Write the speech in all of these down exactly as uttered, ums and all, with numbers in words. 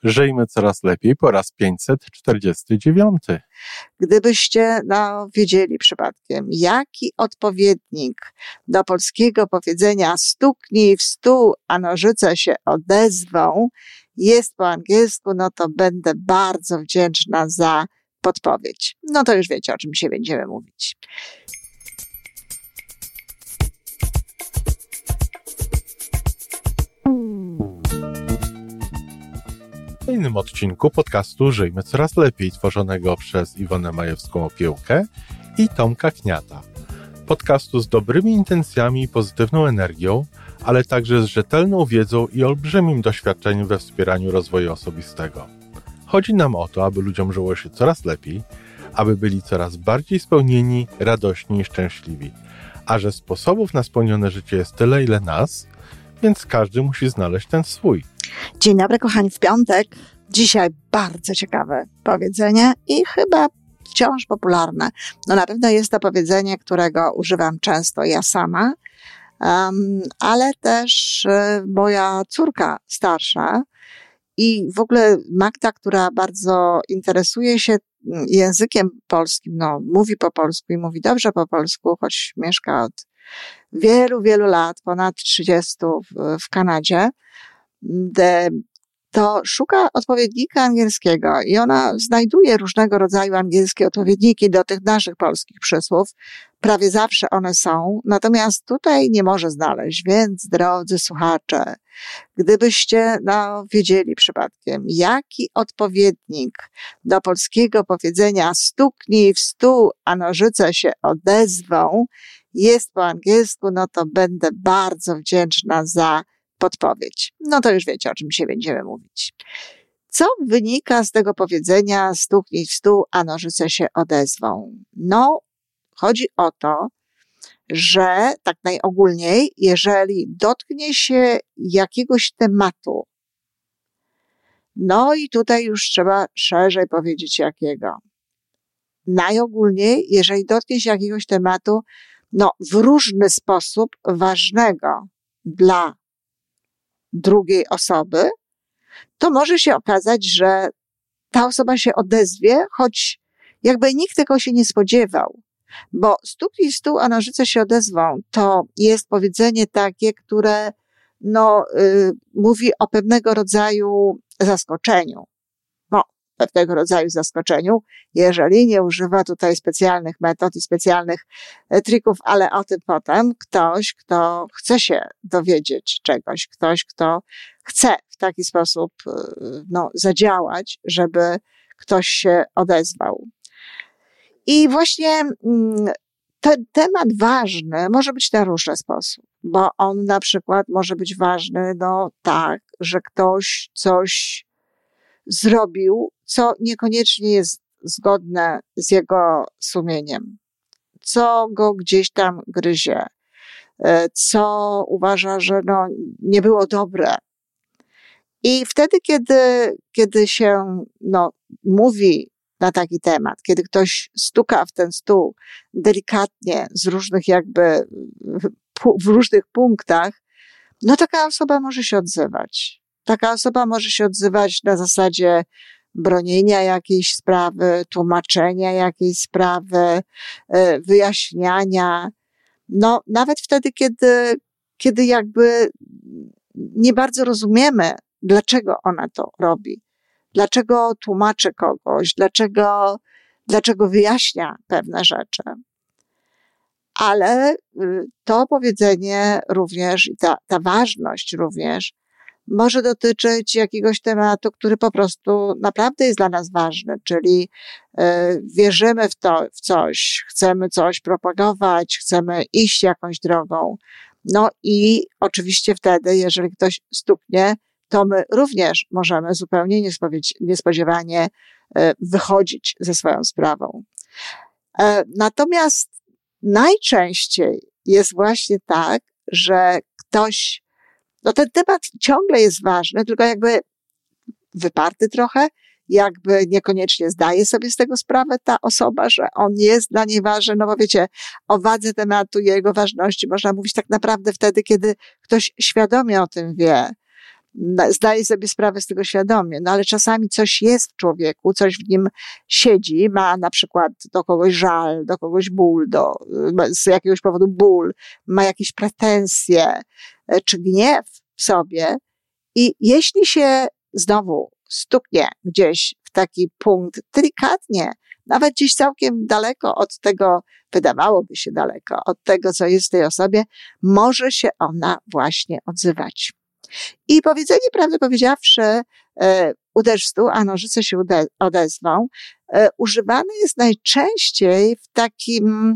Żyjmy coraz lepiej po raz pięćset czterdziesty dziewiąty. Gdybyście no, wiedzieli przypadkiem, jaki odpowiednik do polskiego powiedzenia stuknij w stół, a nożyce się odezwą, jest po angielsku, no to będę bardzo wdzięczna za podpowiedź. No to już wiecie, o czym dzisiaj będziemy mówić. W kolejnym odcinku podcastu Żyjmy Coraz Lepiej, tworzonego przez Iwonę Majewską-Opiełkę i Tomka Kniata. Podcastu z dobrymi intencjami i pozytywną energią, ale także z rzetelną wiedzą i olbrzymim doświadczeniem we wspieraniu rozwoju osobistego. Chodzi nam o to, aby ludziom żyło się coraz lepiej, aby byli coraz bardziej spełnieni, radośni i szczęśliwi. A że sposobów na spełnione życie jest tyle, ile nas, więc każdy musi znaleźć ten swój. Dzień dobry, kochani, w piątek. Dzisiaj bardzo ciekawe powiedzenie i chyba wciąż popularne. No na pewno jest to powiedzenie, którego używam często ja sama, um, ale też y, moja córka starsza i w ogóle Magda, która bardzo interesuje się językiem polskim, no mówi po polsku i mówi dobrze po polsku, choć mieszka od wielu, wielu lat, ponad trzydziestu w, w Kanadzie, de, to szuka odpowiednika angielskiego i ona znajduje różnego rodzaju angielskie odpowiedniki do tych naszych polskich przysłów. Prawie zawsze one są, natomiast tutaj nie może znaleźć, więc drodzy słuchacze, gdybyście no, wiedzieli przypadkiem, jaki odpowiednik do polskiego powiedzenia stuknij w stół, a nożyce się odezwą, jest po angielsku, no to będę bardzo wdzięczna za podpowiedź. No to już wiecie, o czym dzisiaj będziemy mówić. Co wynika z tego powiedzenia stuknij w stół, a nożyce się odezwą? No, chodzi o to, że tak najogólniej, jeżeli dotknie się jakiegoś tematu, no i tutaj już trzeba szerzej powiedzieć jakiego. Najogólniej, jeżeli dotknie się jakiegoś tematu, no w różny sposób ważnego dla drugiej osoby, to może się okazać, że ta osoba się odezwie, choć jakby nikt tego się nie spodziewał. Bo stuknij w stół, a nożyce się odezwą, to jest powiedzenie takie, które no, y, mówi o pewnego rodzaju zaskoczeniu. No, pewnego rodzaju zaskoczeniu, jeżeli nie używa tutaj specjalnych metod i specjalnych e, trików, ale o tym potem. Ktoś, kto chce się dowiedzieć czegoś, ktoś, kto chce w taki sposób y, no, zadziałać, żeby ktoś się odezwał. I właśnie ten temat ważny może być na różny sposób, bo on na przykład może być ważny, no tak, że ktoś coś zrobił, co niekoniecznie jest zgodne z jego sumieniem, co go gdzieś tam gryzie, co uważa, że no nie było dobre. I wtedy, kiedy, kiedy się no, mówi na taki temat, kiedy ktoś stuka w ten stół delikatnie z różnych jakby, w różnych punktach, no taka osoba może się odzywać. Taka osoba może się odzywać na zasadzie bronienia jakiejś sprawy, tłumaczenia jakiejś sprawy, wyjaśniania. No nawet wtedy, kiedy, kiedy jakby nie bardzo rozumiemy, dlaczego ona to robi. Dlaczego tłumaczy kogoś, dlaczego, dlaczego wyjaśnia pewne rzeczy. Ale to powiedzenie również i ta, ta ważność również może dotyczyć jakiegoś tematu, który po prostu naprawdę jest dla nas ważny, czyli y, wierzymy w to, w coś, chcemy coś propagować, chcemy iść jakąś drogą. No i oczywiście wtedy, jeżeli ktoś stuknie, to my również możemy zupełnie niespodziewanie wychodzić ze swoją sprawą. Natomiast najczęściej jest właśnie tak, że ktoś, no ten temat ciągle jest ważny, tylko jakby wyparty trochę, jakby niekoniecznie zdaje sobie z tego sprawę ta osoba, że on jest dla niej ważny, no bo wiecie, o wadze tematu i jego ważności można mówić tak naprawdę wtedy, kiedy ktoś świadomie o tym wie. zdaje sobie sprawę z tego świadomie, no ale czasami coś jest w człowieku, coś w nim siedzi, ma na przykład do kogoś żal, do kogoś ból, do, z jakiegoś powodu ból, ma jakieś pretensje, czy gniew w sobie i jeśli się znowu stuknie gdzieś w taki punkt delikatnie, nawet gdzieś całkiem daleko od tego, wydawałoby się daleko, od tego, co jest w tej osobie, może się ona właśnie odzywać. I powiedzenie, prawdę powiedziawszy, e, uderz w stół, a nożyce się ude- odezwą, e, używane jest najczęściej w takim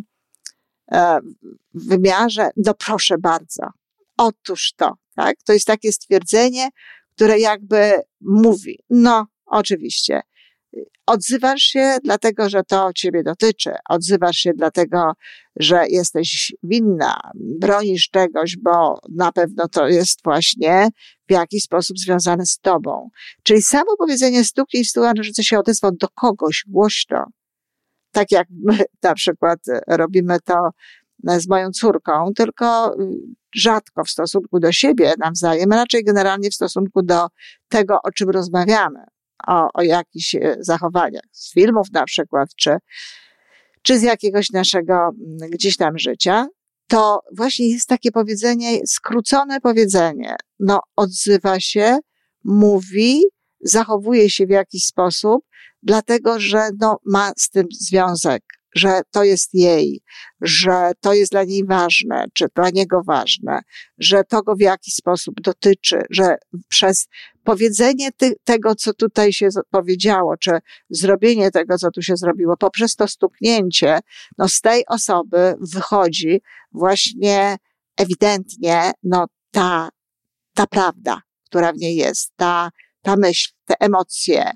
e, wymiarze, no proszę bardzo, otóż to, tak? To jest takie stwierdzenie, które jakby mówi, no oczywiście, odzywasz się dlatego, że to ciebie dotyczy. Odzywasz się dlatego, że jesteś winna, bronisz czegoś, bo na pewno to jest właśnie w jakiś sposób związane z tobą. Czyli samo powiedzenie stuknij w stół, a nożyce się odezwą do kogoś głośno. Tak jak my na przykład robimy to z moją córką, tylko rzadko w stosunku do siebie nawzajem, a raczej generalnie w stosunku do tego, o czym rozmawiamy. O, o jakichś zachowaniach z filmów na przykład, czy, czy z jakiegoś naszego gdzieś tam życia, to właśnie jest takie powiedzenie, skrócone powiedzenie. No, odzywa się, mówi, zachowuje się w jakiś sposób, dlatego, że no, ma z tym związek, że to jest jej, że to jest dla niej ważne, czy dla niego ważne, że to go w jakiś sposób dotyczy, że przez powiedzenie ty, tego, co tutaj się powiedziało, czy zrobienie tego, co tu się zrobiło, poprzez to stuknięcie, no z tej osoby wychodzi właśnie ewidentnie, no ta, ta prawda, która w niej jest, ta, ta myśl, te emocje,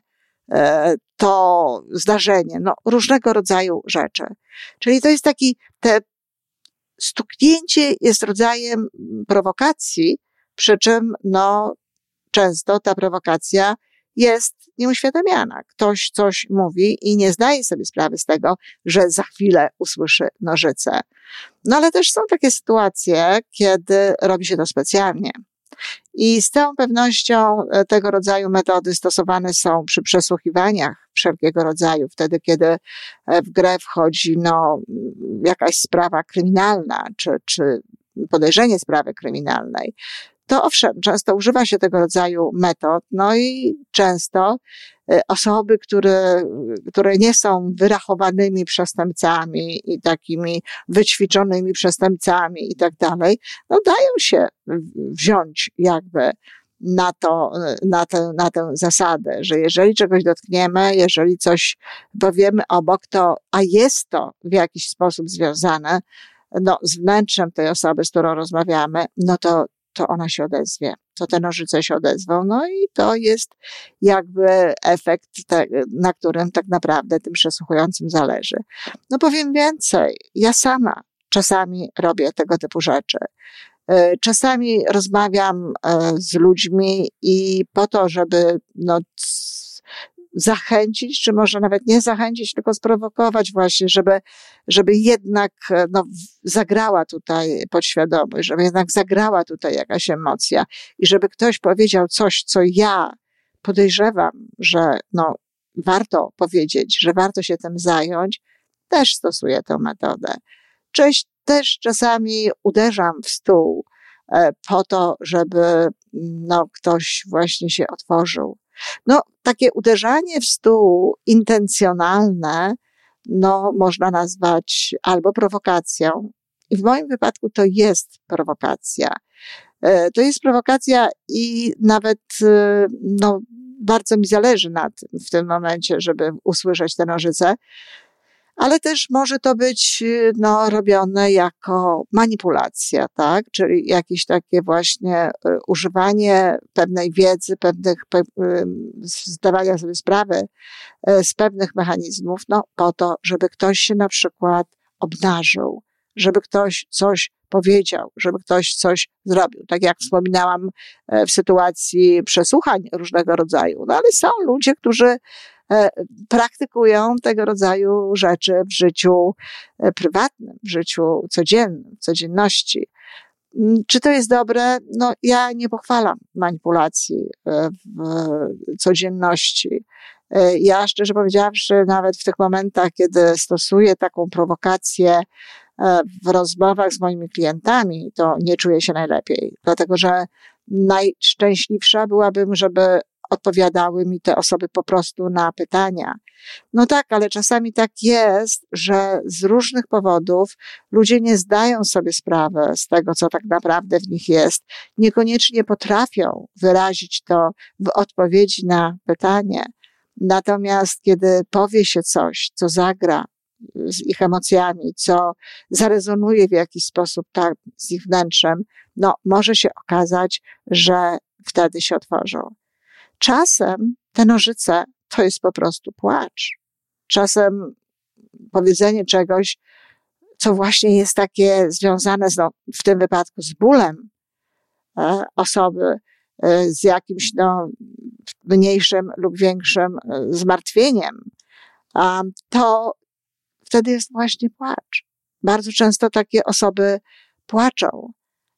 to zdarzenie, no różnego rodzaju rzeczy. Czyli to jest taki, te stuknięcie jest rodzajem prowokacji, przy czym no często ta prowokacja jest nieuświadamiana. Ktoś coś mówi i nie zdaje sobie sprawy z tego, że za chwilę usłyszy nożyce. No ale też są takie sytuacje, kiedy robi się to specjalnie. I z całą pewnością tego rodzaju metody stosowane są przy przesłuchiwaniach wszelkiego rodzaju, wtedy kiedy w grę wchodzi no, jakaś sprawa kryminalna, czy, czy podejrzenie sprawy kryminalnej. To owszem, często używa się tego rodzaju metod, no i często osoby, które, które nie są wyrachowanymi przestępcami i takimi wyćwiczonymi przestępcami i tak dalej, no dają się wziąć jakby na to, na tę, na tę zasadę, że jeżeli czegoś dotkniemy, jeżeli coś powiemy obok, to, a jest to w jakiś sposób związane, no, z wnętrzem tej osoby, z którą rozmawiamy, no to to ona się odezwie, to te nożyce się odezwą. No i to jest jakby efekt, te, na którym tak naprawdę tym przesłuchującym zależy. No powiem więcej, ja sama czasami robię tego typu rzeczy. Czasami rozmawiam z ludźmi i po to, żeby no, zachęcić, czy może nawet nie zachęcić, tylko sprowokować właśnie, żeby, żeby jednak no, zagrała tutaj podświadomość, żeby jednak zagrała tutaj jakaś emocja i żeby ktoś powiedział coś, co ja podejrzewam, że no, warto powiedzieć, że warto się tym zająć, też stosuję tę metodę. Cześć, też czasami uderzam w stół po to, żeby no, ktoś właśnie się otworzył. No, takie uderzanie w stół intencjonalne, no, można nazwać albo prowokacją. I w moim wypadku to jest prowokacja. To jest prowokacja i nawet, no, bardzo mi zależy na tym w tym momencie, żeby usłyszeć te nożyce, ale też może to być, no, robione jako manipulacja, tak? Czyli jakieś takie właśnie używanie pewnej wiedzy, pewnych, pe, zdawania sobie sprawy z pewnych mechanizmów, no, po to, żeby ktoś się na przykład obnażył, żeby ktoś coś powiedział, żeby ktoś coś zrobił. Tak jak wspominałam w sytuacji przesłuchań różnego rodzaju. No, ale są ludzie, którzy praktykują tego rodzaju rzeczy w życiu prywatnym, w życiu codziennym, w codzienności. Czy to jest dobre? No, ja nie pochwalam manipulacji w codzienności. Ja, szczerze powiedziawszy, nawet w tych momentach, kiedy stosuję taką prowokację w rozmowach z moimi klientami, to nie czuję się najlepiej. Dlatego, że najszczęśliwsza byłabym, żeby odpowiadały mi te osoby po prostu na pytania. No tak, ale czasami tak jest, że z różnych powodów ludzie nie zdają sobie sprawy z tego, co tak naprawdę w nich jest. Niekoniecznie potrafią wyrazić to w odpowiedzi na pytanie. Natomiast kiedy powie się coś, co zagra z ich emocjami, co zarezonuje w jakiś sposób tak z ich wnętrzem, no może się okazać, że wtedy się otworzą. Czasem te nożyce to jest po prostu płacz. Czasem powiedzenie czegoś, co właśnie jest takie związane z, no, w tym wypadku z bólem e, osoby, e, z jakimś no, mniejszym lub większym e, zmartwieniem, a, to wtedy jest właśnie płacz. Bardzo często takie osoby płaczą.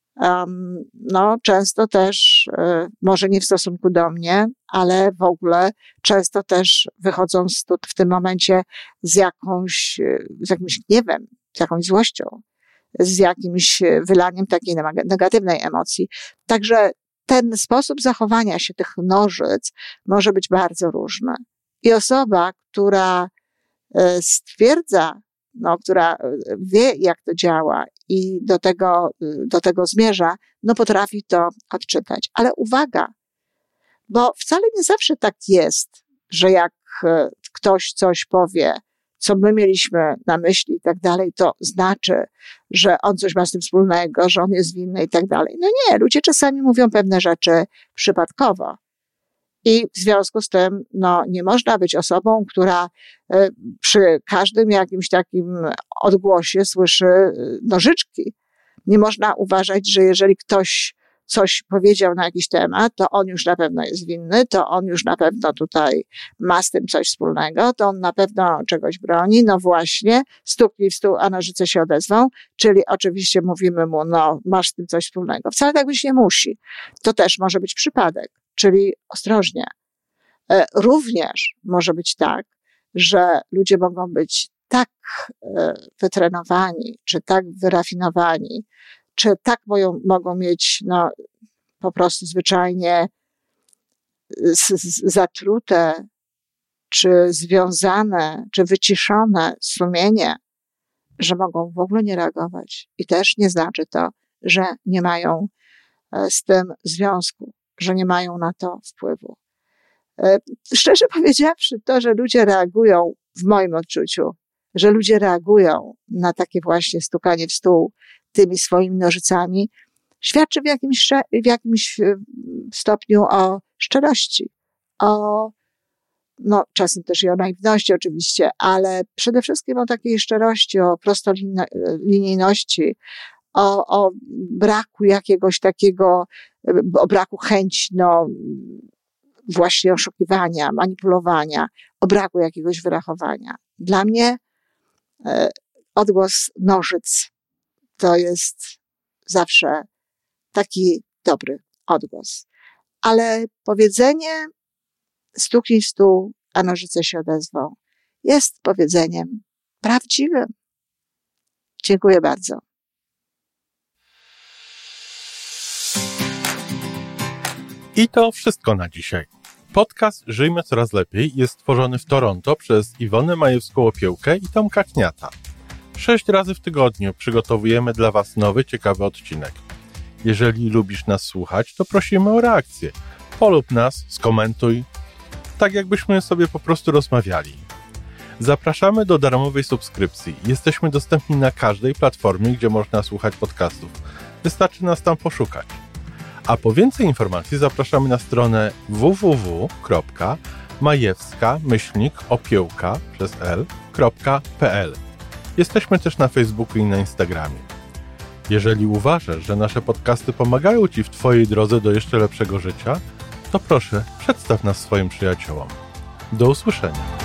Um, no, często też, y, może nie w stosunku do mnie, ale w ogóle często też wychodzą z, w tym momencie z jakąś, z jakimś gniewem, z jakąś złością, z jakimś wylaniem takiej negatywnej emocji. Także ten sposób zachowania się tych nożyc może być bardzo różny. I osoba, która y, stwierdza, no, która wie, jak to działa i do tego, do tego zmierza, no potrafi to odczytać. Ale uwaga, bo wcale nie zawsze tak jest, że jak ktoś coś powie, co my mieliśmy na myśli i tak dalej, to znaczy, że on coś ma z tym wspólnego, że on jest winny i tak dalej. No nie, ludzie czasami mówią pewne rzeczy przypadkowo. I w związku z tym, no, nie można być osobą, która przy każdym jakimś takim odgłosie słyszy nożyczki. Nie można uważać, że jeżeli ktoś coś powiedział na jakiś temat, to on już na pewno jest winny, to on już na pewno tutaj ma z tym coś wspólnego, to on na pewno czegoś broni. No właśnie, stuknij w stół, a nożyce się odezwą, czyli oczywiście mówimy mu, no, masz z tym coś wspólnego. Wcale tak być nie musi. To też może być przypadek. Czyli ostrożnie. Również może być tak, że ludzie mogą być tak wytrenowani, czy tak wyrafinowani, czy tak moją, mogą mieć no, po prostu zwyczajnie z, z, zatrute, czy związane, czy wyciszone sumienie, że mogą w ogóle nie reagować. I też nie znaczy to, że nie mają z tym związku, że nie mają na to wpływu. Szczerze powiedziawszy, to, że ludzie reagują, w moim odczuciu, że ludzie reagują na takie właśnie stukanie w stół tymi swoimi nożycami, świadczy w jakimś, w jakimś stopniu o szczerości, o, no czasem też i o naiwności oczywiście, ale przede wszystkim o takiej szczerości, o prostolinijności, o, o braku jakiegoś takiego, o braku chęci, no, właśnie oszukiwania, manipulowania, o braku jakiegoś wyrachowania. Dla mnie e, odgłos nożyc to jest zawsze taki dobry odgłos. Ale powiedzenie stuknij w stół, a nożyce się odezwą, jest powiedzeniem prawdziwym. Dziękuję bardzo. I to wszystko na dzisiaj. Podcast Żyjmy Coraz Lepiej jest stworzony w Toronto przez Iwonę Majewską-Opiełkę i Tomka Kniata. Sześć razy w tygodniu przygotowujemy dla Was nowy, ciekawy odcinek. Jeżeli lubisz nas słuchać, to prosimy o reakcję. Polub nas, skomentuj, tak jakbyśmy sobie po prostu rozmawiali. Zapraszamy do darmowej subskrypcji. Jesteśmy dostępni na każdej platformie, gdzie można słuchać podcastów. Wystarczy nas tam poszukać. A po więcej informacji zapraszamy na stronę w w w kropka majewska myślnik opiełka przez l kropka p l. Jesteśmy też na Facebooku i na Instagramie. Jeżeli uważasz, że nasze podcasty pomagają Ci w Twojej drodze do jeszcze lepszego życia, to proszę, przedstaw nas swoim przyjaciołom. Do usłyszenia.